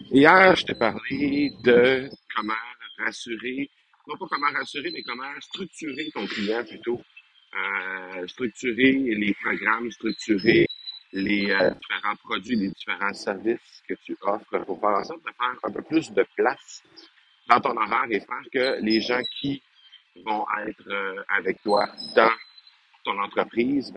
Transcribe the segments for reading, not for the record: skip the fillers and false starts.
Hier, je t'ai parlé de comment rassurer, non pas comment rassurer, mais comment structurer ton client plutôt. Structurer les programmes, structurer les différents produits, les différents services que tu offres pour faire en sorte de faire un peu plus de place dans ton horaire et faire que les gens qui vont être avec toi dans ton entreprise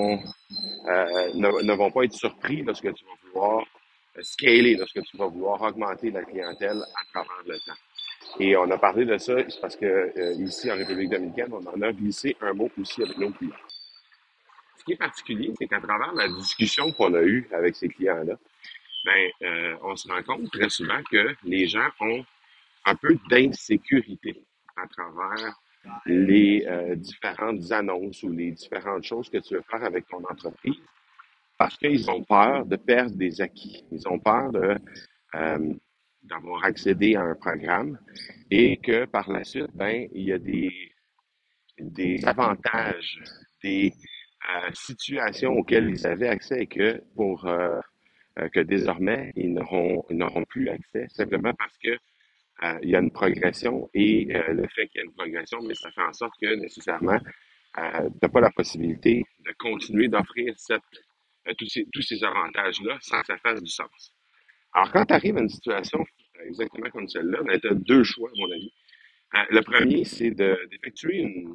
ne vont pas être surpris lorsque tu vas vouloir scaler, lorsque tu vas vouloir augmenter la clientèle à travers le temps. Et on a parlé de ça, c'est parce que ici en République dominicaine, on en a glissé un mot aussi avec nos clients. Ce qui est particulier, c'est qu'à travers la discussion qu'on a eue avec ces clients-là, on se rend compte très souvent que les gens ont un peu d'insécurité à travers les différentes annonces ou les différentes choses que tu veux faire avec ton entreprise parce qu'ils ont peur de perdre des acquis. Ils ont peur euh, d'avoir accédé à un programme et que par la suite, il y a des avantages, des situations auxquelles ils avaient accès et que que désormais ils n'auront plus accès simplement parce que il y a une progression et le fait qu'il y ait une progression, mais ça fait en sorte que nécessairement tu n'as pas la possibilité de continuer d'offrir tous ces avantages-là sans que ça fasse du sens. Alors, quand tu arrives à une situation exactement comme celle-là, tu as deux choix, à mon avis. Le premier, c'est d'effectuer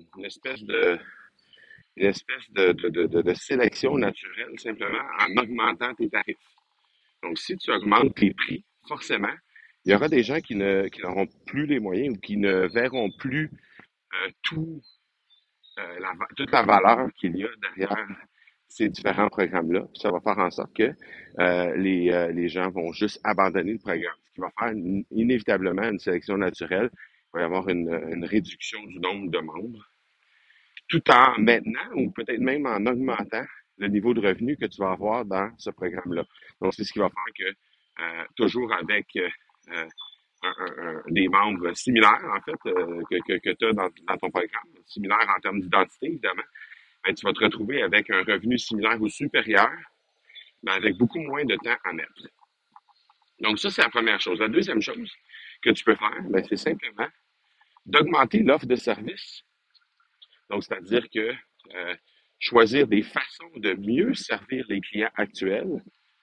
une espèce de sélection naturelle simplement en augmentant tes tarifs. Donc, si tu augmentes tes prix, forcément, il y aura des gens qui n'auront plus les moyens ou qui ne verront plus tout toute la valeur qu'il y a derrière ces différents programmes-là. Ça va faire en sorte que les gens vont juste abandonner le programme, ce qui va faire inévitablement une sélection naturelle. Il va y avoir une réduction du nombre de membres, tout en maintenant ou peut-être même en augmentant le niveau de revenu que tu vas avoir dans ce programme-là. Donc, c'est ce qui va faire que, toujours avec euh, des membres similaires, en fait, que tu as dans ton programme, similaires en termes d'identité, évidemment, tu vas te retrouver avec un revenu similaire ou supérieur, mais avec beaucoup moins de temps à mettre. Donc, ça, c'est la première chose. La deuxième chose que tu peux faire, c'est simplement d'augmenter l'offre de service. Donc, c'est-à-dire que choisir des façons de mieux servir les clients actuels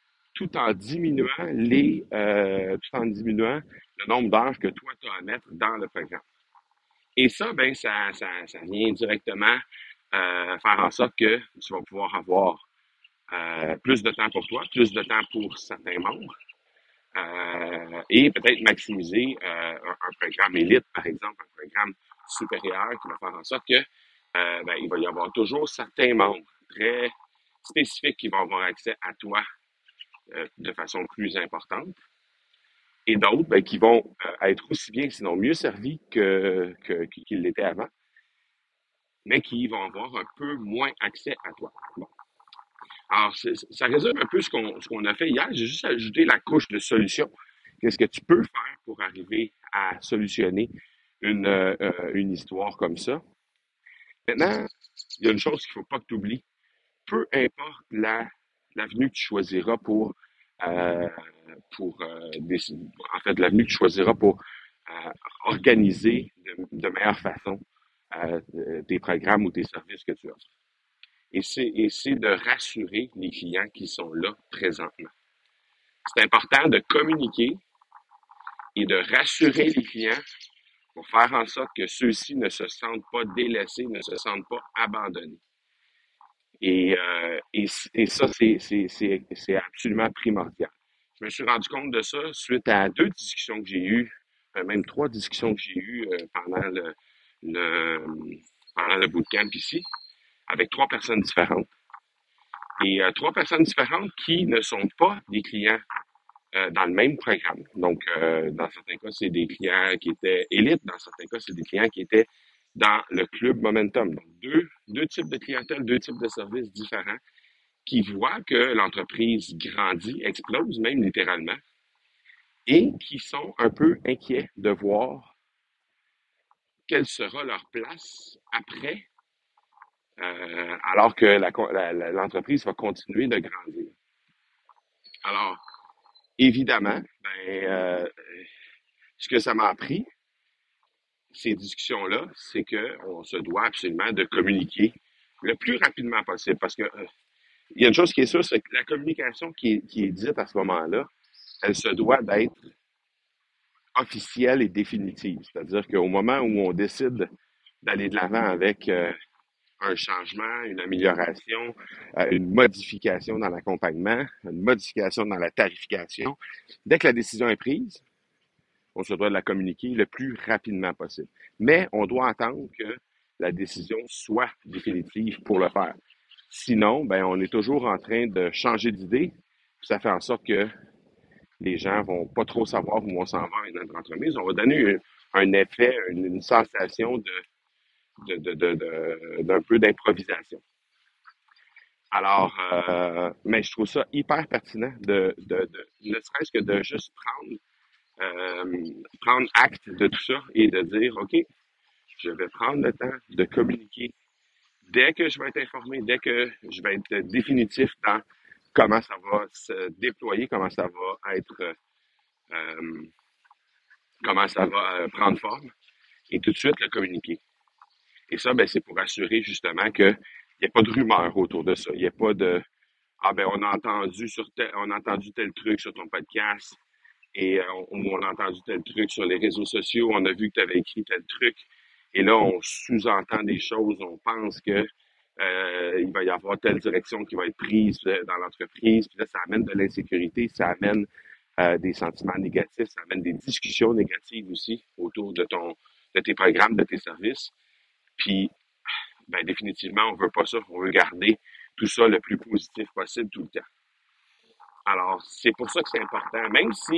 tout en diminuant le nombre d'heures que toi, tu as à mettre dans le programme. Et ça, ça vient directement faire en sorte que tu vas pouvoir avoir plus de temps pour toi, plus de temps pour certains membres, et peut-être maximiser un programme élite, par exemple, un programme supérieur qui va faire en sorte que il va y avoir toujours certains membres très spécifiques qui vont avoir accès à toi de façon plus importante et d'autres qui vont être aussi bien, sinon mieux servis qu'ils l'étaient avant, mais qui vont avoir un peu moins accès à toi. Bon. Alors, ça résume un peu ce qu'on a fait hier. J'ai juste ajouté la couche de solution. Qu'est-ce que tu peux faire pour arriver à solutionner une histoire comme ça? Maintenant, il y a une chose qu'il ne faut pas que tu oublies. Peu importe l'avenue que tu choisiras euh, en fait, l'avenue que tu choisiras pour organiser de meilleure façon tes programmes ou tes services que tu offres. Et c'est de rassurer les clients qui sont là présentement. C'est important de communiquer et de rassurer les clients pour faire en sorte que ceux-ci ne se sentent pas délaissés, ne se sentent pas abandonnés. Et ça, c'est absolument primordial. Je me suis rendu compte de ça suite à deux discussions que j'ai eues, même trois discussions que j'ai eues le, pendant le bootcamp ici, avec trois personnes différentes. Et trois personnes différentes qui ne sont pas des clients dans le même programme. Donc, dans certains cas, c'est des clients qui étaient élites. Dans certains cas, c'est des clients qui étaient dans le club Momentum. Donc, deux types de clientèle, deux types de services différents qui voient que l'entreprise grandit, explose même littéralement, et qui sont un peu inquiets de voir quelle sera leur place après, alors que l'entreprise va continuer de grandir. Alors, évidemment, ce que ça m'a appris, ces discussions-là, c'est qu'on se doit absolument de communiquer le plus rapidement possible. Parce que il y a une chose qui est sûre, c'est que la communication qui est dite à ce moment-là, elle se doit d'être officielle et définitive. C'est-à-dire qu'au moment où on décide d'aller de l'avant avec un changement, une amélioration, une modification dans l'accompagnement, une modification dans la tarification, dès que la décision est prise, on se doit de la communiquer le plus rapidement possible. Mais on doit attendre que la décision soit définitive pour le faire. Sinon, ben, on est toujours en train de changer d'idée. Ça fait en sorte que les gens vont pas trop savoir où on s'en va avec notre entreprise. On va donner un effet, une sensation d'un peu d'improvisation. Alors, mais je trouve ça hyper pertinent ne serait-ce que de juste prendre acte de tout ça et de dire, OK, je vais prendre le temps de communiquer dès que je vais être informé, dès que je vais être définitif dans comment ça va se déployer, euh, comment ça va prendre forme, et tout de suite le communiquer. Et ça, ben, c'est pour assurer justement qu'il n'y ait pas de rumeur autour de ça. Il n'y ait pas de ah ben on a entendu tel truc sur ton podcast et on a entendu tel truc sur les réseaux sociaux, on a vu que tu avais écrit tel truc, et là on sous-entend des choses, on pense que il va y avoir telle direction qui va être prise dans l'entreprise, puis là ça amène de l'insécurité, ça amène des sentiments négatifs, ça amène des discussions négatives aussi autour de tes programmes, de tes services. Puis ben, définitivement, on veut pas ça. On veut garder tout ça le plus positif possible tout le temps. Alors, c'est pour ça que c'est important. Même si,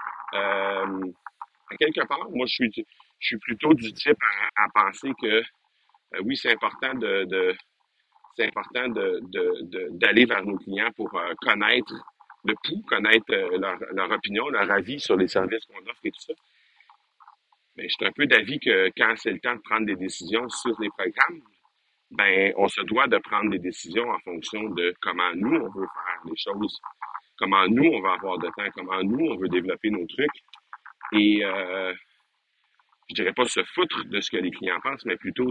à quelque part, moi, je suis plutôt du type à penser que oui, c'est important d'aller vers nos clients pour connaître le pouls, connaître leur opinion, leur avis sur les services qu'on offre et tout ça. Mais je suis un peu d'avis que quand c'est le temps de prendre des décisions sur les programmes, ben, on se doit de prendre des décisions en fonction de comment nous, on veut faire les choses, comment nous, on va avoir de temps, comment nous, on veut développer nos trucs. Et je dirais pas se foutre de ce que les clients pensent, mais plutôt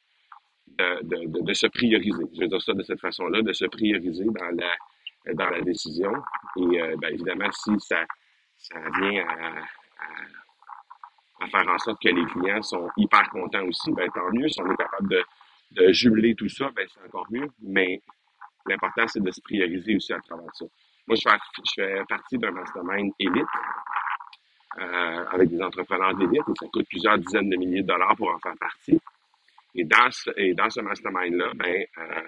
de se prioriser. Je veux dire ça de cette façon-là, de se prioriser dans la décision. Et ben, évidemment, si ça vient à faire en sorte que les clients sont hyper contents aussi, ben, tant mieux. Si on est capable de jumeler tout ça, ben, c'est encore mieux. Mais l'important, c'est de se prioriser aussi à travers ça. Moi, je fais partie d'un mastermind élite avec des entrepreneurs d'élite et ça coûte plusieurs dizaines de milliers de dollars pour en faire partie. Et dans ce mastermind-là, ben,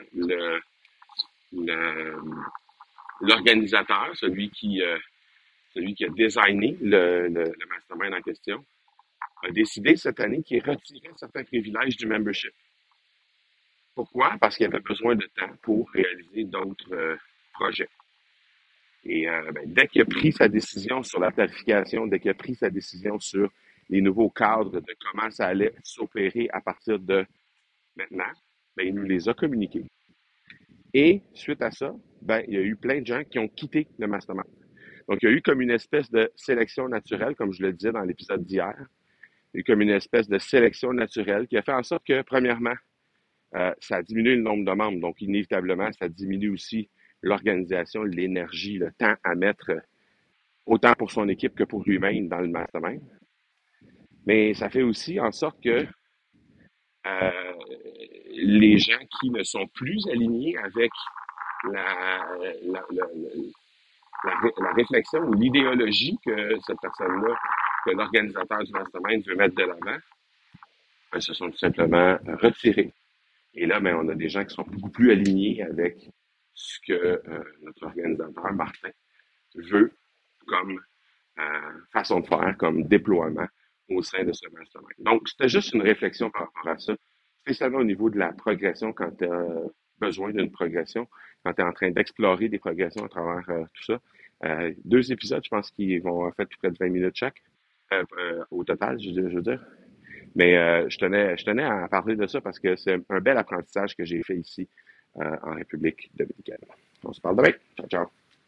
le- l'organisateur, celui qui a designé le mastermind en question, a décidé cette année qu'il retirait certains privilèges du membership. Pourquoi? Parce qu'il avait besoin de temps pour réaliser d'autres projets. Et ben, dès qu'il a pris sa décision sur la planification, dès qu'il a pris sa décision sur les nouveaux cadres de comment ça allait s'opérer à partir de maintenant, ben, il nous les a communiqués. Et suite à ça, ben, il y a eu plein de gens qui ont quitté le mastermind. Donc, il y a eu comme une espèce de sélection naturelle, comme je le disais dans l'épisode d'hier. Il y a eu comme une espèce de sélection naturelle qui a fait en sorte que, premièrement, ça a diminué le nombre de membres. Donc, inévitablement, ça diminue aussi l'organisation, l'énergie, le temps à mettre autant pour son équipe que pour lui-même dans le mastermind. Mais ça fait aussi en sorte que euh, les gens qui ne sont plus alignés avec la, la, la, la réflexion ou l'idéologie que cette personne-là, que l'organisateur du mastermind veut mettre de l'avant, ben, se sont tout simplement retirés. Et là, ben, on a des gens qui sont beaucoup plus alignés avec ce que notre organisateur, Martin, veut comme façon de faire, comme déploiement au sein de ce mastermind. Donc, c'était juste une réflexion par rapport à ça, spécialement au niveau de la progression, quand tu as besoin d'une progression, quand tu es en train d'explorer des progressions à travers tout ça. 2 épisodes, je pense qu'ils vont en fait près de 20 minutes chaque, au total, je veux dire. Mais je tenais à parler de ça parce que c'est un bel apprentissage que j'ai fait ici en République dominicaine. On se parle demain. Ciao, ciao.